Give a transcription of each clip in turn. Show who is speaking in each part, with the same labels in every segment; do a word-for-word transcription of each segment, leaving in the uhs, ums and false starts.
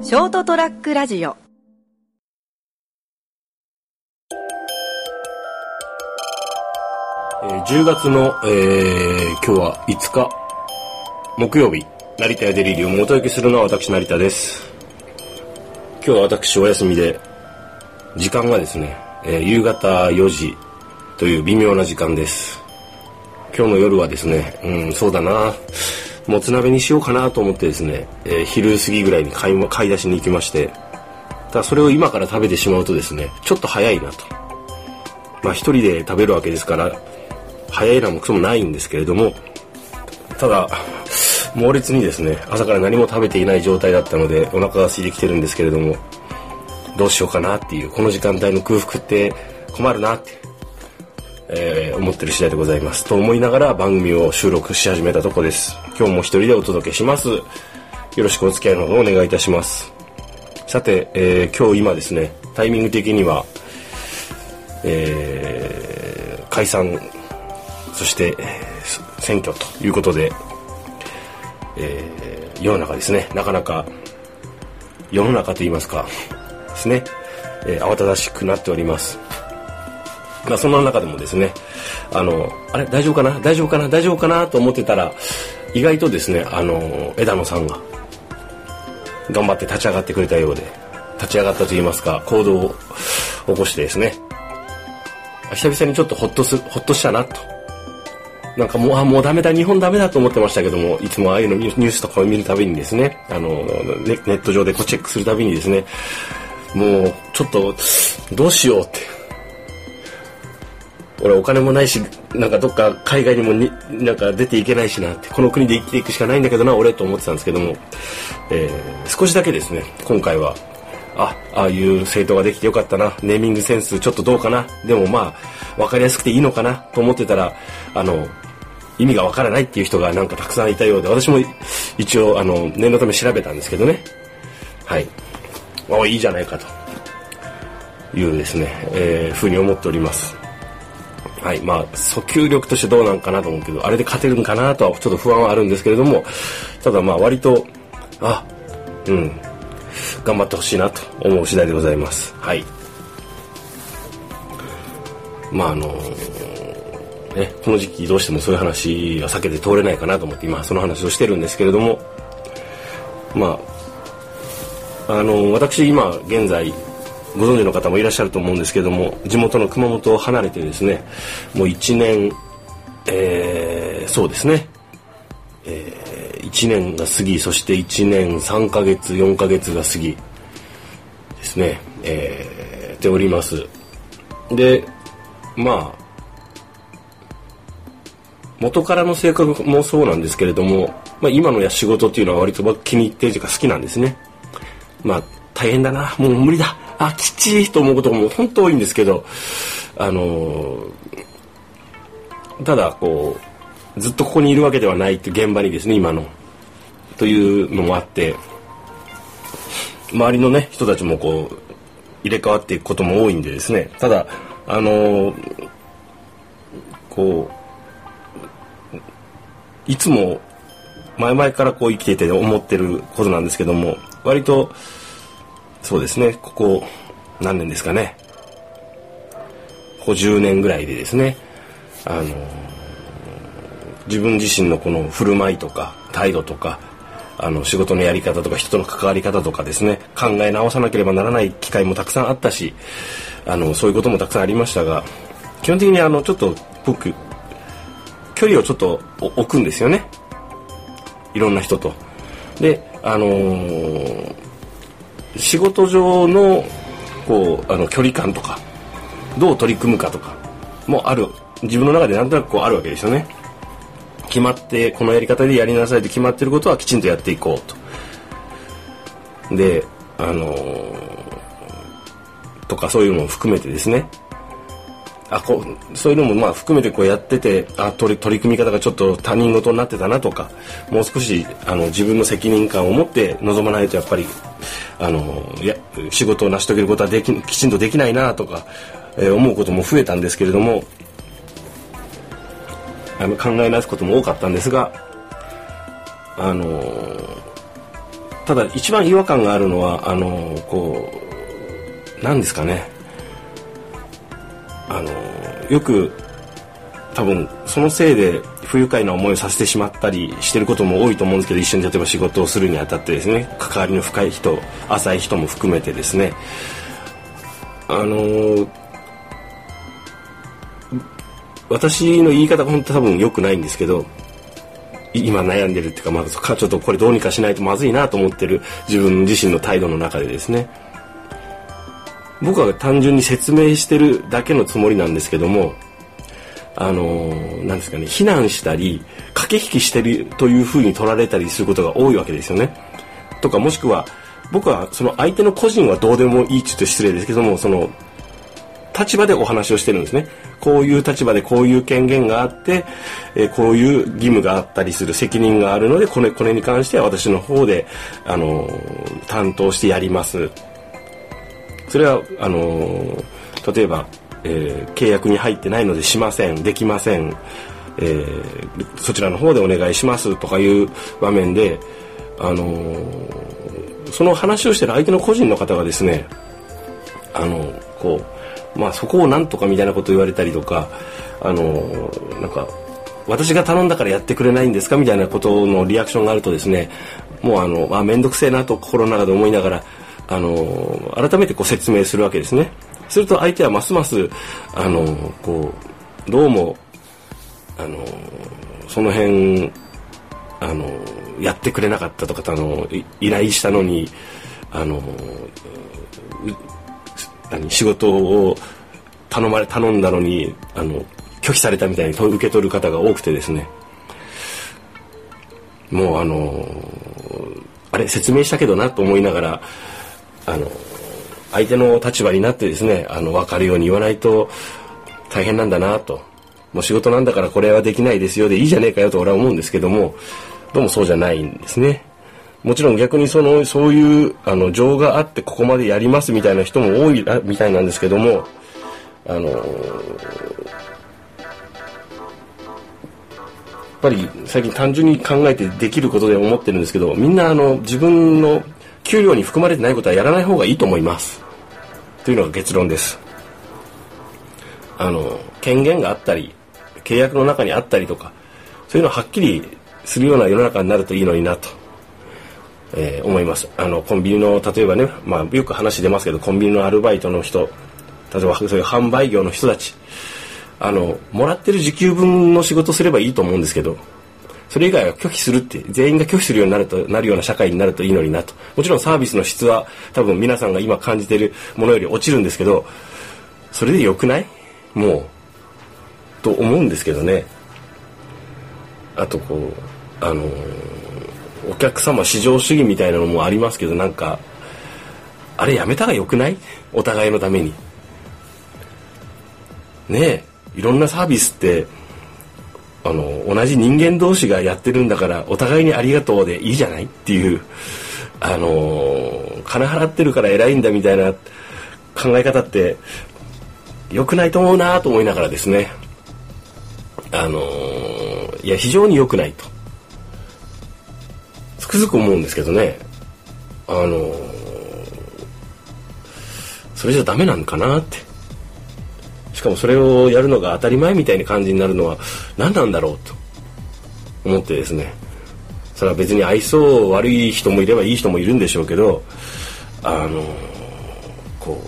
Speaker 1: ショートトラックラジオ。
Speaker 2: えー、じゅうがつの、えー、今日はいつか木曜日、成田やデリリウムをお届けするのは私成田です。今日は私お休みで、時間がですね、えー、夕方よじという微妙な時間です。今日の夜はですね、うん、そうだな、もつ鍋にしようかなと思ってですね、えー、昼過ぎぐらいに買い、買い出しに行きまして、ただそれを今から食べてしまうとですね、ちょっと早いなと。まあ一人で食べるわけですから、早いのもクソもないんですけれども、ただ猛烈にですね、朝から何も食べていない状態だったのでお腹が空いてきてるんですけれども、どうしようかなっていう、この時間帯の空腹って困るなって、えー、思ってる次第でございますと思いながら番組を収録し始めたところです。今日も一人でお届けします。よろしくお付き合いの方をお願いいたします。さて、えー、今日今ですね、タイミング的には、えー、解散、そして選挙ということで、えー、世の中ですね、なかなか世の中といいますかですね、えー、慌ただしくなっております。まあ、そんな中でもですね、あのあれ大丈夫かな大丈夫かな大丈夫かなと思ってたら、意外とですね、あの枝野さんが頑張って立ち上がってくれたようで、立ち上がったといいますか、行動を起こしてですね、久々にちょっとホッとすホッとしたなと。なんかもう、あ、もうダメだ、日本ダメだと思ってましたけども、いつもああいうのニュースとかを見るたびにですね、あのネット上でこうチェックするたびにですね、もうちょっとどうしようって、俺お金もないし、なんかどっか海外にもになんか出ていけないしなって、この国で生きていくしかないんだけどな俺と思ってたんですけども、えー、少しだけですね、今回はあああいう政党ができてよかったな、ネーミングセンスちょっとどうかな、でもまあ分かりやすくていいのかなと思ってたら、あの意味が分からないっていう人がなんかたくさんいたようで、私も一応あの念のため調べたんですけどね、はい、あいいじゃないかというですね、えー、ふうに思っております。はい、まあ訴求力としてどうなんかなと思うけど、あれで勝てるんかなとはちょっと不安はあるんですけれども、ただまあ割とあうん頑張ってほしいなと思う次第でございます。はい、まああのー、ね、この時期どうしてもそういう話は避けて通れないかなと思って今その話をしてるんですけれども、まああのー、私今現在ご存知の方もいらっしゃると思うんですけども、地元の熊本を離れてですね、もういちねん、えー、そうですね、えー、いちねんが過ぎ、そしていちねんさんかげつよんかげつが過ぎですね、えー、ております。でまあ元からの性格もそうなんですけれども、まあ、今のや仕事っていうのは割と気に入ってるというか好きなんですね。まあ大変だな、もう無理だ、あきちいと思うことも本当多いんですけど、あのー、ただこうずっとここにいるわけではないっていう現場にですね、今のというのもあって、周りのね人たちもこう入れ替わっていくことも多いんでですね、ただあのー、こういつも前々からこう生きていて思ってることなんですけども、割とそうですね、ここ何年ですかね、ここじゅうねんぐらいでですね、あのー、自分自身のこの振る舞いとか態度とか、あの仕事のやり方とか人との関わり方とかですね、考え直さなければならない機会もたくさんあったし、あのそういうこともたくさんありましたが、基本的にあのちょっと僕距離をちょっと置くんですよね、いろんな人と。であのー仕事上のこうあの距離感とかどう取り組むかとかもある、自分の中でなんとなくこうあるわけですよね。決まってこのやり方でやりなさいと決まっていることはきちんとやっていこうと。であのー、とかそういうのも含めてですね、あこうそういうのもまあ含めてこうやってて、あ取り取り組み方がちょっと他人事になってたなとか、もう少しあの自分の責任感を持って臨まないとやっぱりあのいや仕事を成し遂げることはでききちんとできないなとか、えー、思うことも増えたんですけれども、あの考え直すことも多かったんですが、あのただ一番違和感があるのはあのこうなんですかね、あのよく多分そのせいで不愉快な思いをさせてしまったりしてることも多いと思うんですけど、一緒に例えば仕事をするにあたってですね、関わりの深い人、浅い人も含めてですね、あの私の言い方が本当多分良くないんですけど、今悩んでるっていうか、まあ、ちょっとこれどうにかしないとまずいなと思ってる自分自身の態度の中でですね、僕は単純に説明してるだけのつもりなんですけども、あのなんですかね、非難したり駆け引きしてるというふうに取られたりすることが多いわけですよね。とかもしくは僕はその相手の個人はどうでもいいって言って失礼ですけども、その立場でお話をしてるんですね。こういう立場でこういう権限があって、えー、こういう義務があったりする、責任があるので、これ、これに関しては私の方で、あのー、担当してやります。それはあのー、例えば、えー、契約に入ってないのでしません、できません、えー、そちらの方でお願いしますとかいう場面で、あのー、その話をしている相手の個人の方がですね、あのー、こうまあ、そこをなんとかみたいなことを言われたりとか、あのなんか私が頼んだからやってくれないんですかみたいなことのリアクションがあるとですね、もうあのあ面倒くせえなと心の中で思いながら、あの改めてこう説明するわけですね。すると相手はますますあのこうどうもあのその辺あのやってくれなかったとか、あの依頼したのにあの何仕事を頼まれ頼んだのにあの拒否されたみたいに受け取る方が多くてですね、もうあのあれ説明したけどなと思いながら、あの相手の立場になってですね、あの分かるように言わないと大変なんだなと、もう仕事なんだからこれはできないですよでいいじゃねえかよと俺は思うんですけども、どうもそうじゃないんですね。もちろん逆にそのそういうあの情があってここまでやりますみたいな人も多いみたいなんですけども、あのやっぱり最近単純に考えてできることで思ってるんですけど、みんなあの自分の給料に含まれてないことはやらない方がいいと思いますというのが結論です。あの権限があったり契約の中にあったりとか、そういうのをはっきりするような世の中になるといいのになとえー、思います。あのコンビニの例えばね、まあ、よく話出ますけど、コンビニのアルバイトの人、例えばそういう販売業の人たち、あのもらってる時給分の仕事すればいいと思うんですけど、それ以外は拒否するって、全員が拒否するようになるとなるような社会になるといいのになと。もちろんサービスの質は多分皆さんが今感じているものより落ちるんですけど、それでよくない？もうと思うんですけどね。あとこうあのーお客様至上主義みたいなのもありますけど、なんかあれやめたがよくない？お互いのためにねえ、いろんなサービスってあの同じ人間同士がやってるんだからお互いにありがとうでいいじゃないっていう、あの金払ってるから偉いんだみたいな考え方って良くないと思うなと思いながらですね、あのいや非常に良くないとつくづく思うんですけどね。あのー、それじゃダメなんかなって。しかもそれをやるのが当たり前みたいな感じになるのは何なんだろうと思ってですね。それは別に愛想悪い人もいればいい人もいるんでしょうけど、あのー、こ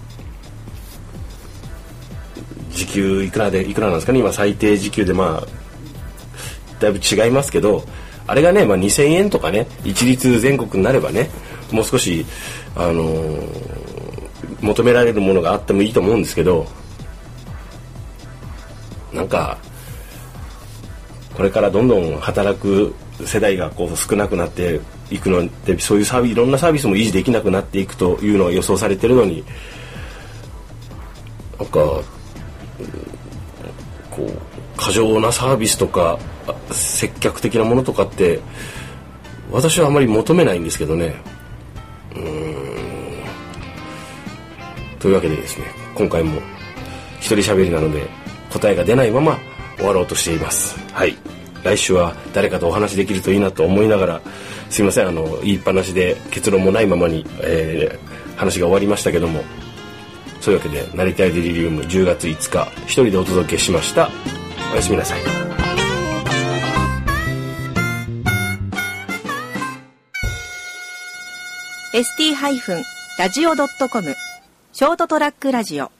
Speaker 2: う時給いくらでいくらなんですかね、今最低時給でまあだいぶ違いますけど、あれがね、まあ、にせんえんとかね、一律全国になればね、もう少し、あのー、求められるものがあってもいいと思うんですけど、なんかこれからどんどん働く世代がこう少なくなっていくので、そういうサービス、いろんなサービスも維持できなくなっていくというのが予想されているのに、なんかこう過剰なサービスとか接客的なものとかって私はあまり求めないんですけどね。うーんというわけでですね、今回も一人喋りなので答えが出ないまま終わろうとしています。はい、 来週は誰かとお話できるといいなと思いながら、すいません、あの言いっぱなしで結論もないままに、えー、話が終わりましたけども、そういうわけで成田デリリウムじゅうがついつか一人でお届けしました。おやすみなさい。
Speaker 1: エスティー ラジオ ドットコム ショートトラックラジオ